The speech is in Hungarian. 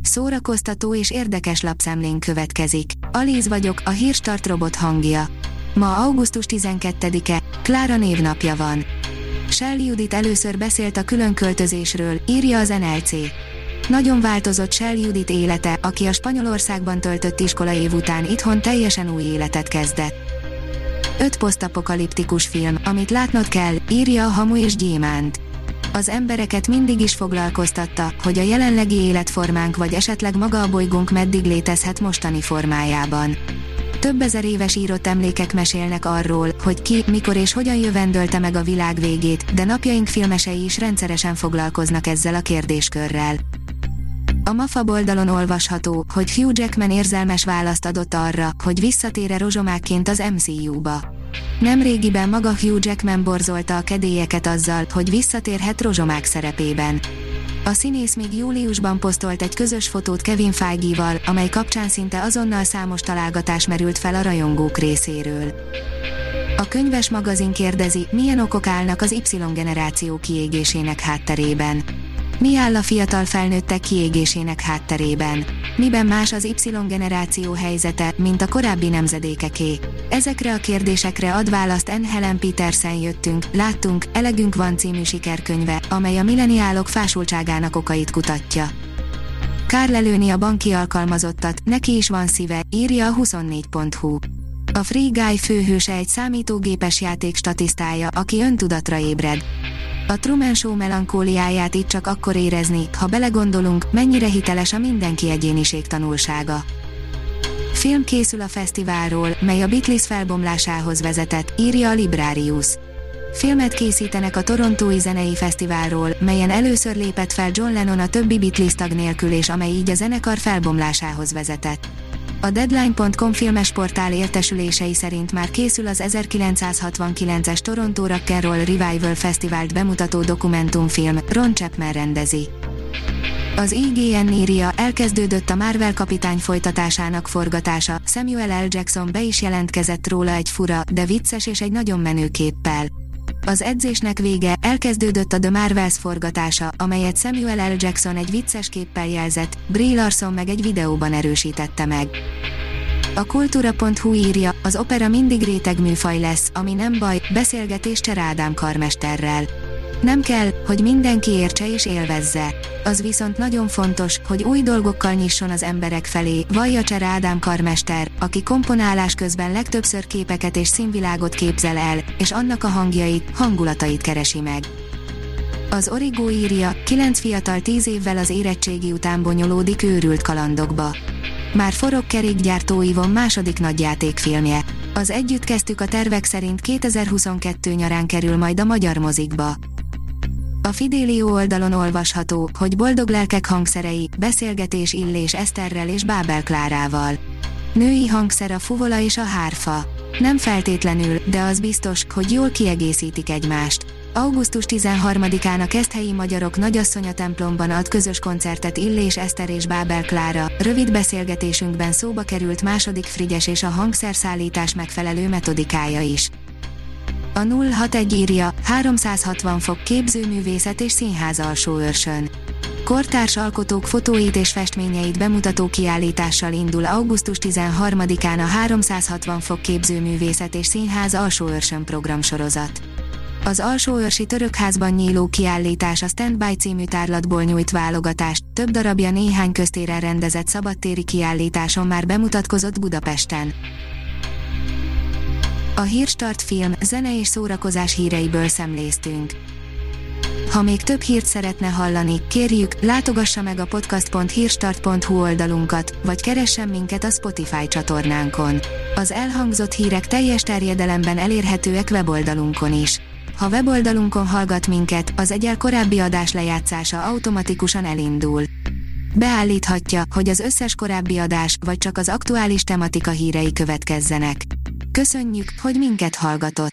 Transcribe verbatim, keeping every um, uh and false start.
Szórakoztató és érdekes lapszemlén következik. Alíz vagyok, a Hírstart robot hangja. Ma augusztus tizenkettedike, Klára névnapja van. Shell Judit először beszélt a különköltözésről, írja az en el cé. Nagyon változott Shell Judit élete, aki a Spanyolországban töltött iskolaév után itthon teljesen új életet kezdett. Öt posztapokaliptikus film, amit látnod kell, írja a Hamu és Gyémánt. Az embereket mindig is foglalkoztatta, hogy a jelenlegi életformánk vagy esetleg maga a bolygónk meddig létezhet mostani formájában. Több ezer éves írott emlékek mesélnek arról, hogy ki, mikor és hogyan jövendölte meg a világ végét, de napjaink filmesei is rendszeresen foglalkoznak ezzel a kérdéskörrel. A MAFA oldalon olvasható, hogy Hugh Jackman érzelmes választ adott arra, hogy visszatér-e rozsomákként az em cé u-ba. Nemrégiben maga Hugh Jackman borzolta a kedélyeket azzal, hogy visszatérhet rozsomák szerepében. A színész még júliusban posztolt egy közös fotót Kevin Feige-val, amely kapcsán szinte azonnal számos találgatás merült fel a rajongók részéről. A könyves magazin kérdezi, milyen okok állnak az Y-generáció kiégésének hátterében. Mi áll a fiatal felnőttek kiégésének hátterében? Miben más az Y-generáció helyzete, mint a korábbi nemzedékeké? Ezekre a kérdésekre ad választ N. Helen Petersen Jöttünk, láttunk, elegünk van című sikerkönyve, amely a milleniálok fásultságának okait kutatja. Kár lelőni a banki alkalmazottat, neki is van szíve, írja a huszonnégy pont hu. A Free Guy főhőse egy számítógépes játék statisztája, aki öntudatra ébred. A Truman Show melankóliáját itt csak akkor érezni, ha belegondolunk, mennyire hiteles a mindenki egyéniség tanulsága. Film készül a fesztiválról, mely a Beatles felbomlásához vezetett, írja a Librarius. Filmet készítenek a Torontói Zenei Fesztiválról, melyen először lépett fel John Lennon a többi Beatles tag nélkül és amely így a zenekar felbomlásához vezetett. A Deadline pont com filmes portál értesülései szerint már készül az ezerkilencszázhatvankilences Toronto Rock and Roll Revival Fesztivált bemutató dokumentumfilm, Ron Chapman rendezi. Az i gé en írja, elkezdődött a Marvel kapitány folytatásának forgatása, Samuel L. Jackson be is jelentkezett róla egy fura, de vicces és egy nagyon menő képpel. Az edzésnek vége, elkezdődött a The Marvels forgatása, amelyet Samuel L. Jackson egy vicces képpel jelzett, Brie Larson meg egy videóban erősítette meg. A kultúra pont hu írja, az opera mindig rétegműfaj lesz, ami nem baj, beszélgetés Cser Ádám karmesterrel. Nem kell, hogy mindenki értse és élvezze. Az viszont nagyon fontos, hogy új dolgokkal nyisson az emberek felé, vallja Cser Ádám karmester, aki komponálás közben legtöbbször képeket és színvilágot képzel el, és annak a hangjait, hangulatait keresi meg. Az Origo írja, kilenc fiatal tíz évvel az érettségi után bonyolódik őrült kalandokba. Már forog kerékgyártó Ivon második nagyjátékfilmje. Az Együtt kezdtük a tervek szerint kétezer-huszonkettő nyarán kerül majd a magyar mozikba. A Fidelio oldalon olvasható, hogy boldog lelkek hangszerei, beszélgetés Illés Eszterrel és Bábel Klárával. Női hangszer a fuvola és a hárfa. Nem feltétlenül, de az biztos, hogy jól kiegészítik egymást. augusztus tizenharmadikán a Keszthelyi Magyarok Nagyasszonya templomban ad közös koncertet Illés Eszter és Bábel Klára, rövid beszélgetésünkben szóba került második Frigyes és a hangszerszállítás megfelelő metodikája is. A nulla hatvanegy írja, háromszázhatvan fok képzőművészet és színház Alsóőrsön. Kortárs alkotók fotóit és festményeit bemutató kiállítással indul augusztus tizenharmadikán a háromszázhatvan fok képzőművészet és színház Alsóőrsön programsorozat. Az Alsóőrsi Törökházban nyíló kiállítás a Standby című tárlatból nyújt válogatást, több darabja néhány köztéren rendezett szabadtéri kiállításon már bemutatkozott Budapesten. A Hírstart film, zene és szórakozás híreiből szemléztünk. Ha még több hírt szeretne hallani, kérjük, látogassa meg a podcast pont hírstart pont hu oldalunkat, vagy keressen minket a Spotify csatornánkon. Az elhangzott hírek teljes terjedelemben elérhetőek weboldalunkon is. Ha weboldalunkon hallgat minket, az egyel korábbi adás lejátszása automatikusan elindul. Beállíthatja, hogy az összes korábbi adás, vagy csak az aktuális tematika hírei következzenek. Köszönjük, hogy minket hallgatott!